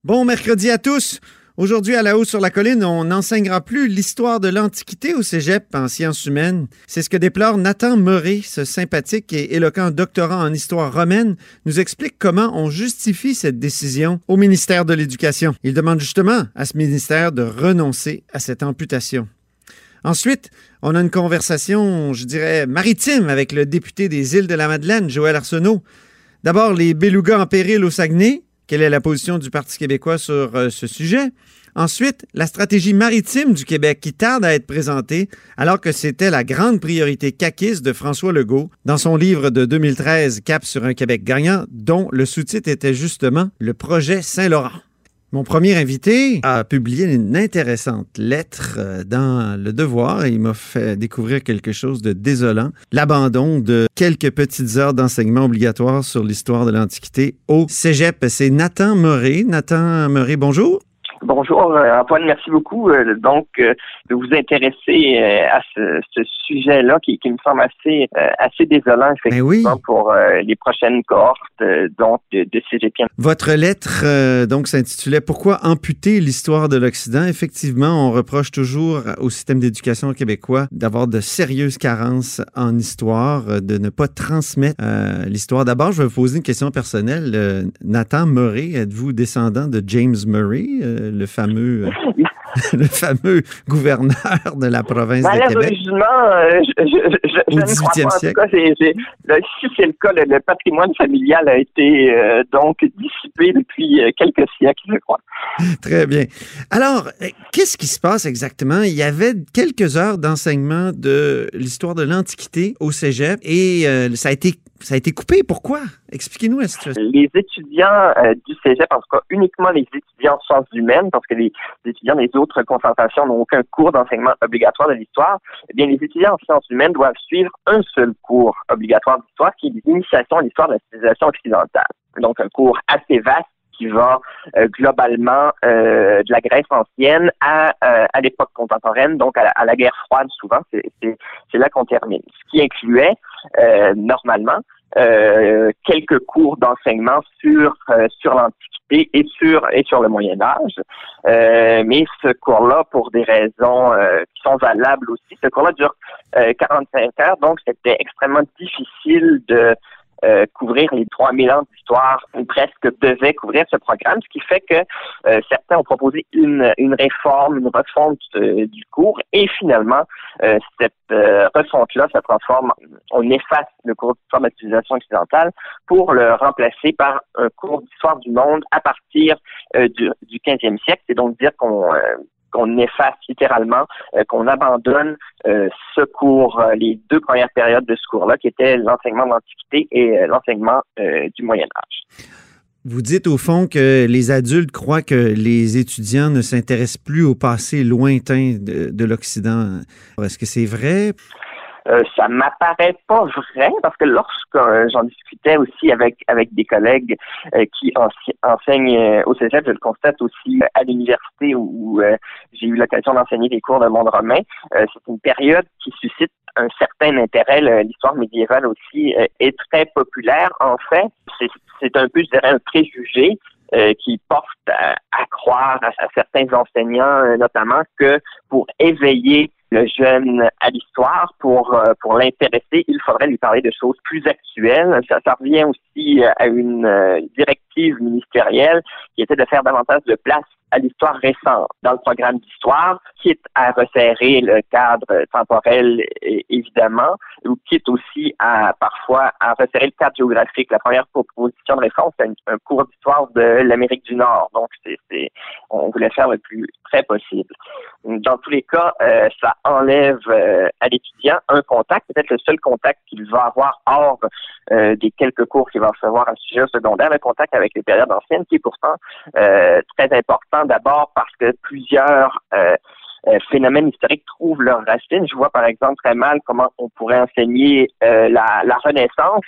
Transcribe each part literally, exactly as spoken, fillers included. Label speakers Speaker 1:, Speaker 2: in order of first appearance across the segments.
Speaker 1: Bon mercredi à tous. Aujourd'hui, à La Haut sur la colline, on n'enseignera plus l'histoire de l'Antiquité au cégep en sciences humaines. C'est ce que déplore Nathan Murray, ce sympathique et éloquent doctorant en histoire romaine, nous explique comment on justifie cette décision au ministère de l'Éducation. Il demande justement à ce ministère de renoncer à cette amputation. Ensuite, on a une conversation, je dirais, maritime avec le député des Îles-de-la-Madeleine, Joël Arsenault. D'abord, les belugas en péril au Saguenay. Quelle est la position du Parti québécois sur euh, ce sujet? Ensuite, la stratégie maritime du Québec qui tarde à être présentée alors que c'était la grande priorité caquiste de François Legault dans son livre de deux mille treize, Cap sur un Québec gagnant, dont le sous-titre était justement le projet Saint-Laurent. Mon premier invité a publié une intéressante lettre dans Le Devoir et il m'a fait découvrir quelque chose de désolant, l'abandon de quelques petites heures d'enseignement obligatoire sur l'histoire de l'Antiquité au cégep. C'est Nathan Murray. Nathan Murray, bonjour.
Speaker 2: Bonjour Antoine, merci beaucoup euh, donc euh, de vous intéresser euh, à ce, ce sujet-là qui, qui me semble assez euh, assez désolant effectivement
Speaker 1: oui.
Speaker 2: pour euh, les prochaines cohortes euh, donc de, de cégepiens.
Speaker 1: Votre lettre euh, donc s'intitulait Pourquoi amputer l'histoire de l'Occident? Effectivement, on reproche toujours au système d'éducation québécois d'avoir de sérieuses carences en histoire, de ne pas transmettre euh, l'histoire. D'abord, je vais vous poser une question personnelle. Euh, Nathan Murray, êtes-vous descendant de James Murray? Euh, le fameux, euh, le fameux gouverneur de la province de Québec.
Speaker 2: Malheureusement, euh, je, je, je, je
Speaker 1: au
Speaker 2: ne crois pas. En
Speaker 1: siècle.
Speaker 2: tout cas, c'est, c'est, là, si c'est le cas, le, le patrimoine familial a été euh, donc dissipé depuis euh, quelques siècles, je crois.
Speaker 1: Très bien. Alors, qu'est-ce qui se passe exactement? Il y avait quelques heures d'enseignement de l'histoire de l'Antiquité au cégep et euh, ça a été Ça a été coupé. Pourquoi? Expliquez-nous la situation.
Speaker 2: Les étudiants euh, du cégep, en tout cas uniquement les étudiants en sciences humaines, parce que les, les étudiants des autres concentrations n'ont aucun cours d'enseignement obligatoire de l'histoire, eh bien, les étudiants en sciences humaines doivent suivre un seul cours obligatoire d'histoire qui est l'initiation à l'histoire de la civilisation occidentale. Donc, un cours assez vaste qui va euh, globalement euh, de la Grèce ancienne à euh, à l'époque contemporaine, donc à la, à la guerre froide souvent, c'est, c'est, c'est là qu'on termine. Ce qui incluait euh, normalement euh, quelques cours d'enseignement sur euh, sur l'Antiquité et sur et sur le Moyen Âge, euh, mais ce cours-là, pour des raisons euh, qui sont valables aussi, ce cours-là dure euh, quarante-cinq heures, donc c'était extrêmement difficile de Euh, couvrir les trois mille ans d'histoire, ou presque devait couvrir ce programme, ce qui fait que euh, certains ont proposé une, une réforme, une refonte euh, du cours, et finalement, euh, cette euh, refonte-là se transforme, on efface le cours d'histoire de la civilisation occidentale pour le remplacer par un cours d'histoire du monde à partir euh, du, du quinzième siècle, c'est donc dire qu'on... Euh, qu'on efface littéralement, euh, qu'on abandonne euh, ce cours, euh, les deux premières périodes de ce cours-là, qui étaient l'enseignement de l'Antiquité et euh, l'enseignement euh, du Moyen Âge.
Speaker 1: Vous dites au fond que les adultes croient que les étudiants ne s'intéressent plus au passé lointain de, de l'Occident. Est-ce que c'est vrai?
Speaker 2: Euh, ça m'apparaît pas vrai parce que lorsque euh, j'en discutais aussi avec avec des collègues euh, qui ensi- enseignent euh, au cégep, je le constate aussi euh, à l'université où, où euh, j'ai eu l'occasion d'enseigner des cours de monde romain. Euh, c'est une période qui suscite un certain intérêt. Le, l'histoire médiévale aussi euh, est très populaire. En fait, c'est, c'est un peu, je dirais, un préjugé euh, qui porte à, à croire à, à certains enseignants, euh, notamment, que pour éveiller le jeune à l'histoire, pour euh, pour l'intéresser, il faudrait lui parler de choses plus actuelles. Ça, ça revient aussi à une euh, directive ministérielle qui était de faire davantage de place à l'histoire récente dans le programme d'histoire, quitte à resserrer le cadre temporel, évidemment, ou quitte aussi à, parfois, à resserrer le cadre géographique. La première proposition de réforme, c'est un, un cours d'histoire de l'Amérique du Nord. Donc, c'est, c'est, on voulait faire le plus près possible. Dans tous les cas, euh, ça enlève euh, à l'étudiant un contact, peut-être le seul contact qu'il va avoir hors euh, des quelques cours qu'il va recevoir à sujet secondaire, le contact avec les périodes anciennes, qui est pourtant euh, très important. D'abord parce que plusieurs euh, euh, phénomènes historiques trouvent leurs racines. Je vois par exemple très mal comment on pourrait enseigner euh, la, la Renaissance,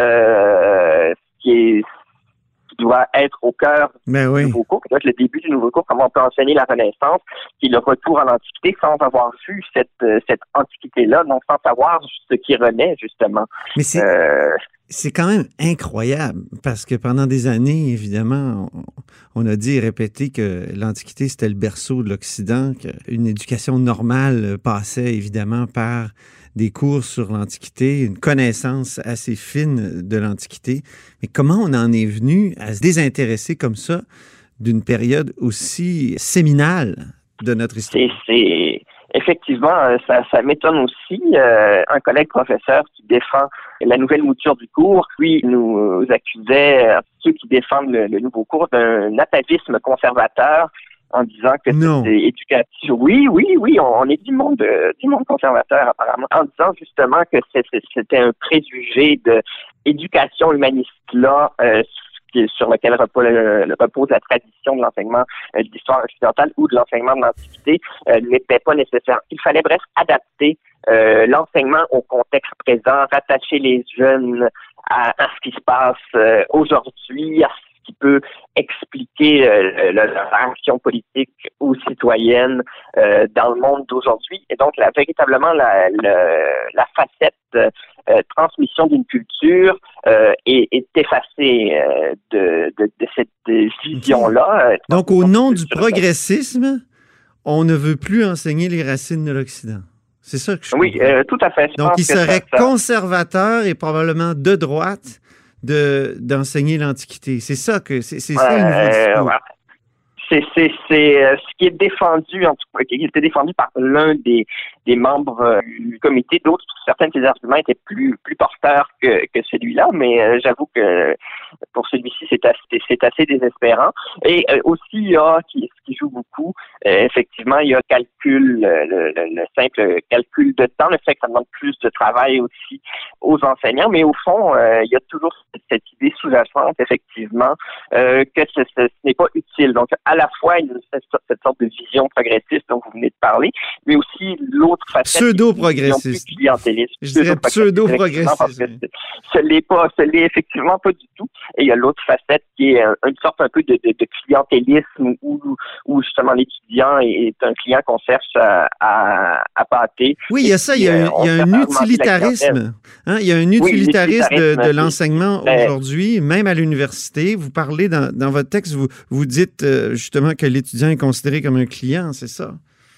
Speaker 2: euh, qui est qui doit être au cœur
Speaker 1: ben oui.
Speaker 2: du nouveau cours, qui doit être le début du nouveau cours, comment on peut enseigner la Renaissance, qui est le retour à l'Antiquité sans avoir vu cette, cette Antiquité-là, donc sans savoir ce qui renaît, justement.
Speaker 1: Mais c'est...
Speaker 2: Euh,
Speaker 1: c'est quand même incroyable parce que pendant des années, évidemment, on, on a dit et répété que l'Antiquité, c'était le berceau de l'Occident, qu'une éducation normale passait évidemment par des cours sur l'Antiquité, une connaissance assez fine de l'Antiquité. Mais comment on en est venu à se désintéresser comme ça d'une période aussi séminale de notre histoire?
Speaker 2: C'est, c'est... Effectivement, ça, ça m'étonne aussi. Euh, un collègue professeur qui défend la nouvelle mouture du cours, lui, nous accusait, euh, ceux qui défendent le, le nouveau cours, d'un atavisme conservateur en disant que
Speaker 1: non.
Speaker 2: c'était éducatif. Oui, oui, oui, on, on est du monde, euh, du monde conservateur apparemment, en disant justement que c'était, c'était un préjugé de éducation humaniste-là, euh, sur lequel repose, repose la tradition de l'enseignement de l'histoire occidentale ou de l'enseignement de l'Antiquité, euh, n'était pas nécessaire. Il fallait bref adapter euh, l'enseignement au contexte présent, rattacher les jeunes à, à ce qui se passe euh, aujourd'hui, à ce qui peut expliquer euh, leur action politique ou citoyenne euh, dans le monde d'aujourd'hui. Et donc, la, véritablement, la, la, la facette euh, transmission d'une culture euh, est, est effacée euh, de, de, de cette vision-là. Euh,
Speaker 1: donc, au nom du progressisme, on ne veut plus enseigner les racines de l'Occident. C'est ça que je
Speaker 2: Oui, euh, tout à fait. Je
Speaker 1: donc, il serait
Speaker 2: ça, ça...
Speaker 1: conservateur et probablement de droite de d'enseigner l'Antiquité. C'est ça que c'est, c'est ça le nouveau discours.
Speaker 2: Euh, ouais. C'est, c'est, c'est euh, ce qui est défendu, en tout cas, qui était défendu par l'un des, des membres euh, du comité. D'autres, certains de ces arguments étaient plus, plus porteurs que, que celui-là, mais euh, j'avoue que pour celui-ci, c'est assez, c'est assez désespérant. Et euh, aussi, il y a, qui, ce qui joue beaucoup, euh, effectivement, il y a calcul, le, le, le simple calcul de temps, le fait que ça demande plus de travail aussi aux enseignants, mais au fond, euh, il y a toujours cette idée sous-jacente, effectivement, euh, que ce, ce, ce n'est pas utile. Donc, à la fois une, cette, cette sorte de vision progressiste dont vous venez de parler, mais aussi l'autre facette.
Speaker 1: Pseudo-progressiste. Je dirais pseudo-progressiste.
Speaker 2: Parce que ce l'est pas, ce l'est effectivement pas du tout. Et il y a l'autre facette qui est une sorte un peu de, de, de clientélisme où, où justement l'étudiant est un client qu'on cherche à, à, à pâter.
Speaker 1: Oui, il y a ça, il y a, il y a un utilitarisme. Hein? Il y a un utilitarisme oui, de, de l'enseignement mais... aujourd'hui, même à l'université. Vous parlez dans, dans votre texte, vous, vous dites euh, justement que l'étudiant est considéré comme un client, c'est ça?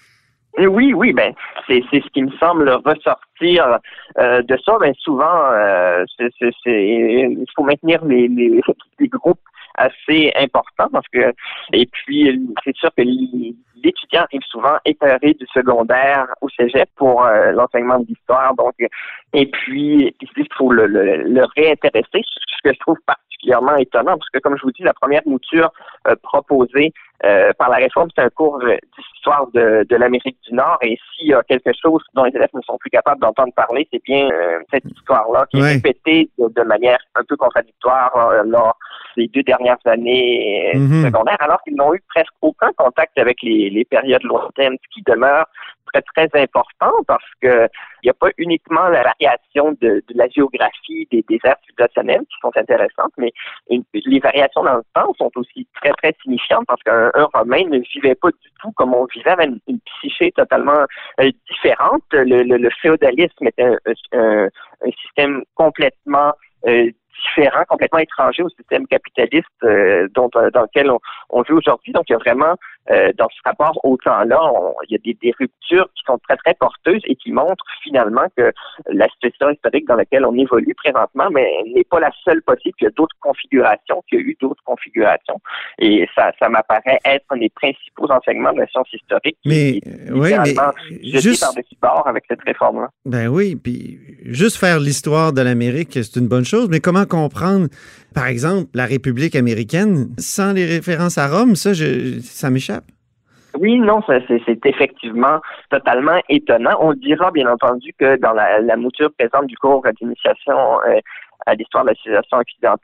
Speaker 2: Oui, oui, ben c'est c'est ce qui me semble ressortir euh, de ça. Ben souvent, euh, c'est, c'est, c'est il faut maintenir les, les, les groupes assez importants parce que et puis c'est sûr que l'étudiant arrive souvent épeuré du secondaire au cégep pour euh, l'enseignement de l'histoire. Donc et puis il faut le, le, le réintéresser, ce que je trouve particulièrement étonnant parce que comme je vous dis, la première mouture euh, proposée Euh, par la réforme, c'est un cours d'histoire de, de l'Amérique du Nord et s'il y a quelque chose dont les élèves ne sont plus capables d'entendre parler, c'est bien euh, cette histoire-là qui ouais. est répétée de, de manière un peu contradictoire euh, lors des deux dernières années euh, mm-hmm. secondaires, alors qu'ils n'ont eu presque aucun contact avec les, les périodes lointaines, ce qui demeure très, très important parce que il n'y a pas uniquement la variation de, de la géographie des, des aires civilisationnelles qui sont intéressantes, mais une, les variations dans le temps sont aussi très, très signifiantes parce qu'un un Romain ne vivait pas du tout comme on vivait, avec une, une psyché totalement euh, différente. Le, le, le féodalisme était un, un, un système complètement euh, différent, complètement étranger au système capitaliste euh, dont, dans lequel on, on vit aujourd'hui. Donc, il y a vraiment, euh, dans ce rapport au temps-là, on, il y a des, des ruptures qui sont très, très porteuses et qui montrent finalement que la situation historique dans laquelle on évolue présentement, mais n'est pas la seule possible. Il y a d'autres configurations, qu'il y a eu d'autres configurations. Et ça, ça m'apparaît être un des principaux enseignements de la science historique.
Speaker 1: Mais,
Speaker 2: qui est
Speaker 1: oui, mais
Speaker 2: jeté juste par-dessus bord avec cette réforme-là.
Speaker 1: Ben oui, puis juste faire l'histoire de l'Amérique, c'est une bonne chose, mais comment comprendre, par exemple, la République américaine sans les références à Rome, ça, je, ça m'échappe.
Speaker 2: Oui, non, ça, c'est, c'est effectivement totalement étonnant. On dira, bien entendu, que dans la, la mouture présente du cours d'initiation euh, à l'histoire de la civilisation occidentale,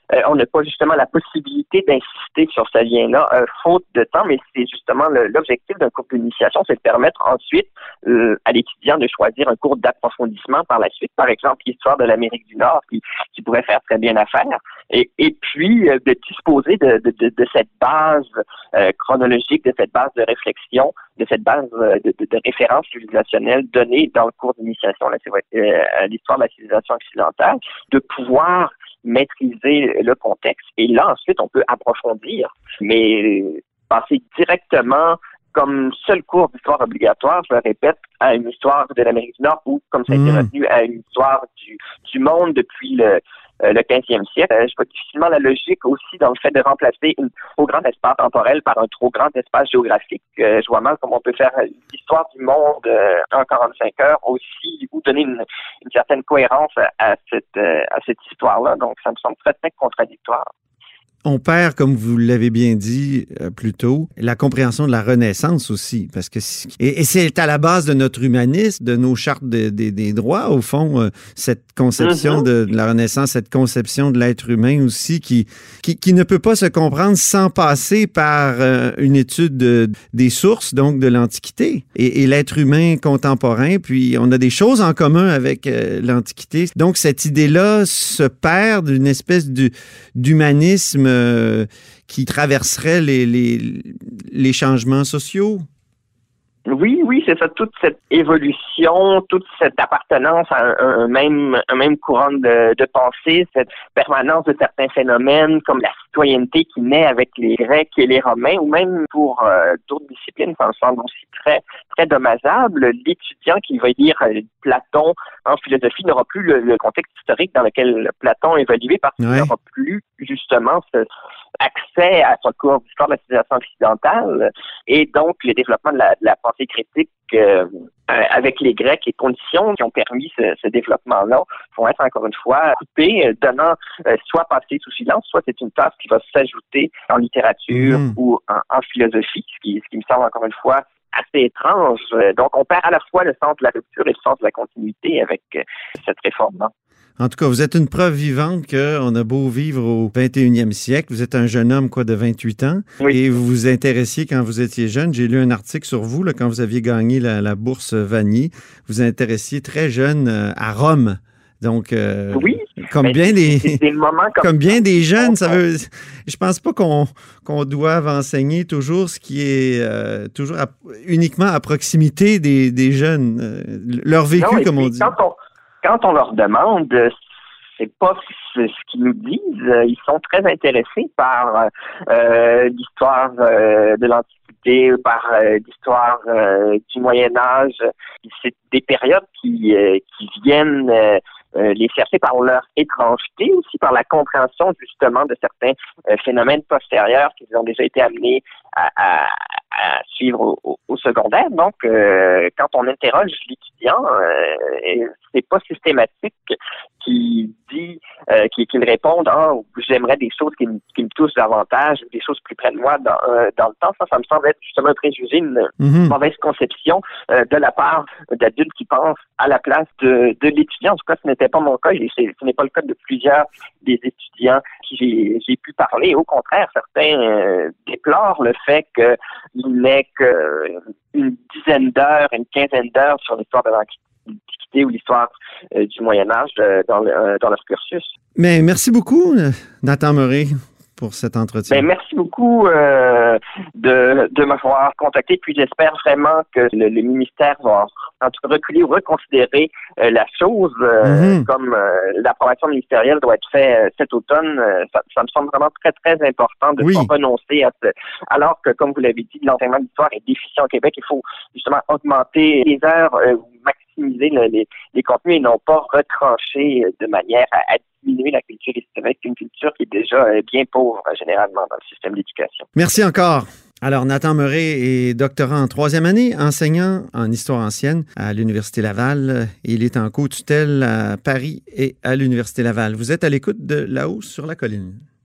Speaker 2: euh, on n'a pas justement la possibilité d'insister sur ce lien-là, euh, faute de temps, mais c'est justement le, l'objectif d'un cours d'initiation, c'est de permettre ensuite euh, à l'étudiant de choisir un cours d'approfondissement par la suite, par exemple l'histoire de l'Amérique du Nord, qui, qui pourrait faire très bien affaire, et, et puis euh, de disposer de, de, de, de cette base euh, chronologique, de cette base de réflexion, de cette base euh, de, de, de référence civilisationnelle donnée dans le cours d'initiation là, euh, à l'histoire de la civilisation occidentale, de pouvoir maîtriser le contexte. Et là, ensuite, on peut approfondir, mais passer directement comme seul cours d'histoire obligatoire, je le répète, à une histoire de l'Amérique du Nord ou, comme ça a été
Speaker 1: Mmh.
Speaker 2: retenu, à une histoire du, du monde depuis le, euh, le quinzième siècle. Euh, je vois difficilement la logique aussi dans le fait de remplacer un trop grand espace temporel par un trop grand espace géographique. Euh, je vois mal comment on peut faire l'histoire du monde euh, en quarante-cinq heures aussi, ou donner une, une certaine cohérence à, à cette, euh, à cette histoire-là. Donc, ça me semble très, très contradictoire.
Speaker 1: On perd, comme vous l'avez bien dit euh, plus tôt, la compréhension de la Renaissance aussi, parce que c'est, et, et c'est à la base de notre humanisme, de nos chartes de, de, des droits, au fond, euh, cette conception mm-hmm. de, de la Renaissance, cette conception de l'être humain aussi, qui, qui, qui ne peut pas se comprendre sans passer par euh, une étude de, des sources, donc de l'Antiquité, et, et l'être humain contemporain, puis on a des choses en commun avec euh, l'Antiquité. Donc, cette idée-là se perd d'une espèce de, d'humanisme Euh, qui traverserait les, les, les changements sociaux?
Speaker 2: Oui, oui, c'est ça, toute cette évolution, toute cette appartenance à un, un, même, un même courant de, de pensée, cette permanence de certains phénomènes comme la citoyenneté qui naît avec les Grecs et les Romains, ou même pour euh, d'autres disciplines, ça me semble aussi très, très dommageable. L'étudiant qui va lire euh, Platon en philosophie n'aura plus le, le contexte historique dans lequel Platon évoluait parce qu'il ouais. n'aura plus justement ce accès à son cours d'histoire de la civilisation occidentale, et donc le développement de la, de la pensée critique euh, euh, avec les Grecs, les conditions qui ont permis ce, ce développement-là vont être encore une fois coupées, donnant euh, soit passer sous silence, soit c'est une tâche qui va s'ajouter en littérature mmh. ou en, en philosophie, ce qui, ce qui me semble encore une fois assez étrange. Donc on perd à la fois le sens de la rupture et le sens de la continuité avec euh, cette réforme-là.
Speaker 1: En tout cas, vous êtes une preuve vivante qu'on a beau vivre au vingt et unième siècle. Vous êtes un jeune homme quoi, de vingt-huit ans oui. et vous vous intéressiez quand vous étiez jeune. J'ai lu un article sur vous là, quand vous aviez gagné la, la bourse Vanier. Vous vous intéressiez très jeune euh, à Rome. Donc, euh,
Speaker 2: oui,
Speaker 1: comme bien des,
Speaker 2: c'est des moments comme,
Speaker 1: comme bien des jeunes, ça veut. Je pense pas qu'on qu'on doive enseigner toujours ce qui est euh, toujours à, uniquement à proximité des, des jeunes, euh, leur vécu
Speaker 2: non,
Speaker 1: comme on dit.
Speaker 2: Quand on, quand on leur demande, c'est pas ce qu'ils nous disent. Ils sont très intéressés par euh, l'histoire euh, de l'Antiquité, par euh, l'histoire euh, du Moyen Âge. C'est des périodes qui, euh, qui viennent euh, euh, les chercher par leur étrangeté, aussi par la compréhension justement de certains euh, phénomènes postérieurs qui ont déjà été amenés à, à, à suivre au, au, au secondaire. Donc, euh, quand on interroge l'étudiant, euh, c'est pas systématique qui dit, euh, qui, qui répondent, ah, j'aimerais des choses qui me, qui me touchent davantage, des choses plus près de moi dans, euh, dans le temps. Ça, ça me semble être justement un préjugé, une mm-hmm. mauvaise conception euh, de la part d'adultes qui pensent à la place de, de l'étudiant. En tout cas, ce n'était pas mon cas et ce n'est pas le cas de plusieurs des étudiants qui j'ai, j'ai pu parler. Au contraire, certains euh, déplorent le fait qu'il n'ait qu'une dizaine d'heures, une quinzaine d'heures sur l'histoire de l'Antiquité ou l'histoire euh, du Moyen Âge euh, dans, le, euh, dans leur cursus.
Speaker 1: Mais merci beaucoup, Nathan Murray, pour cet entretien.
Speaker 2: Ben, merci beaucoup euh, de, de m'avoir contacté, puis j'espère vraiment que le, le ministère va en tout cas reculer ou reconsidérer euh, la chose, euh, mm-hmm. comme euh, l'approbation ministérielle doit être faite euh, cet automne. Euh, ça, ça me semble vraiment très, très important de ne oui. pas renoncer à ce... Alors que, comme vous l'avez dit, l'enseignement d'histoire est déficient au Québec, il faut justement augmenter les heures euh, ou maximiser le, les, les contenus et non pas retrancher de manière à, à diminuer la culture historique, une culture qui est déjà bien pauvre généralement dans le système d'éducation.
Speaker 1: Merci encore. Alors, Nathan Murray est doctorant en troisième année, enseignant en histoire ancienne à l'Université Laval. Il est en co-tutelle à Paris et à l'Université Laval. Vous êtes à l'écoute de Là-haut sur la colline.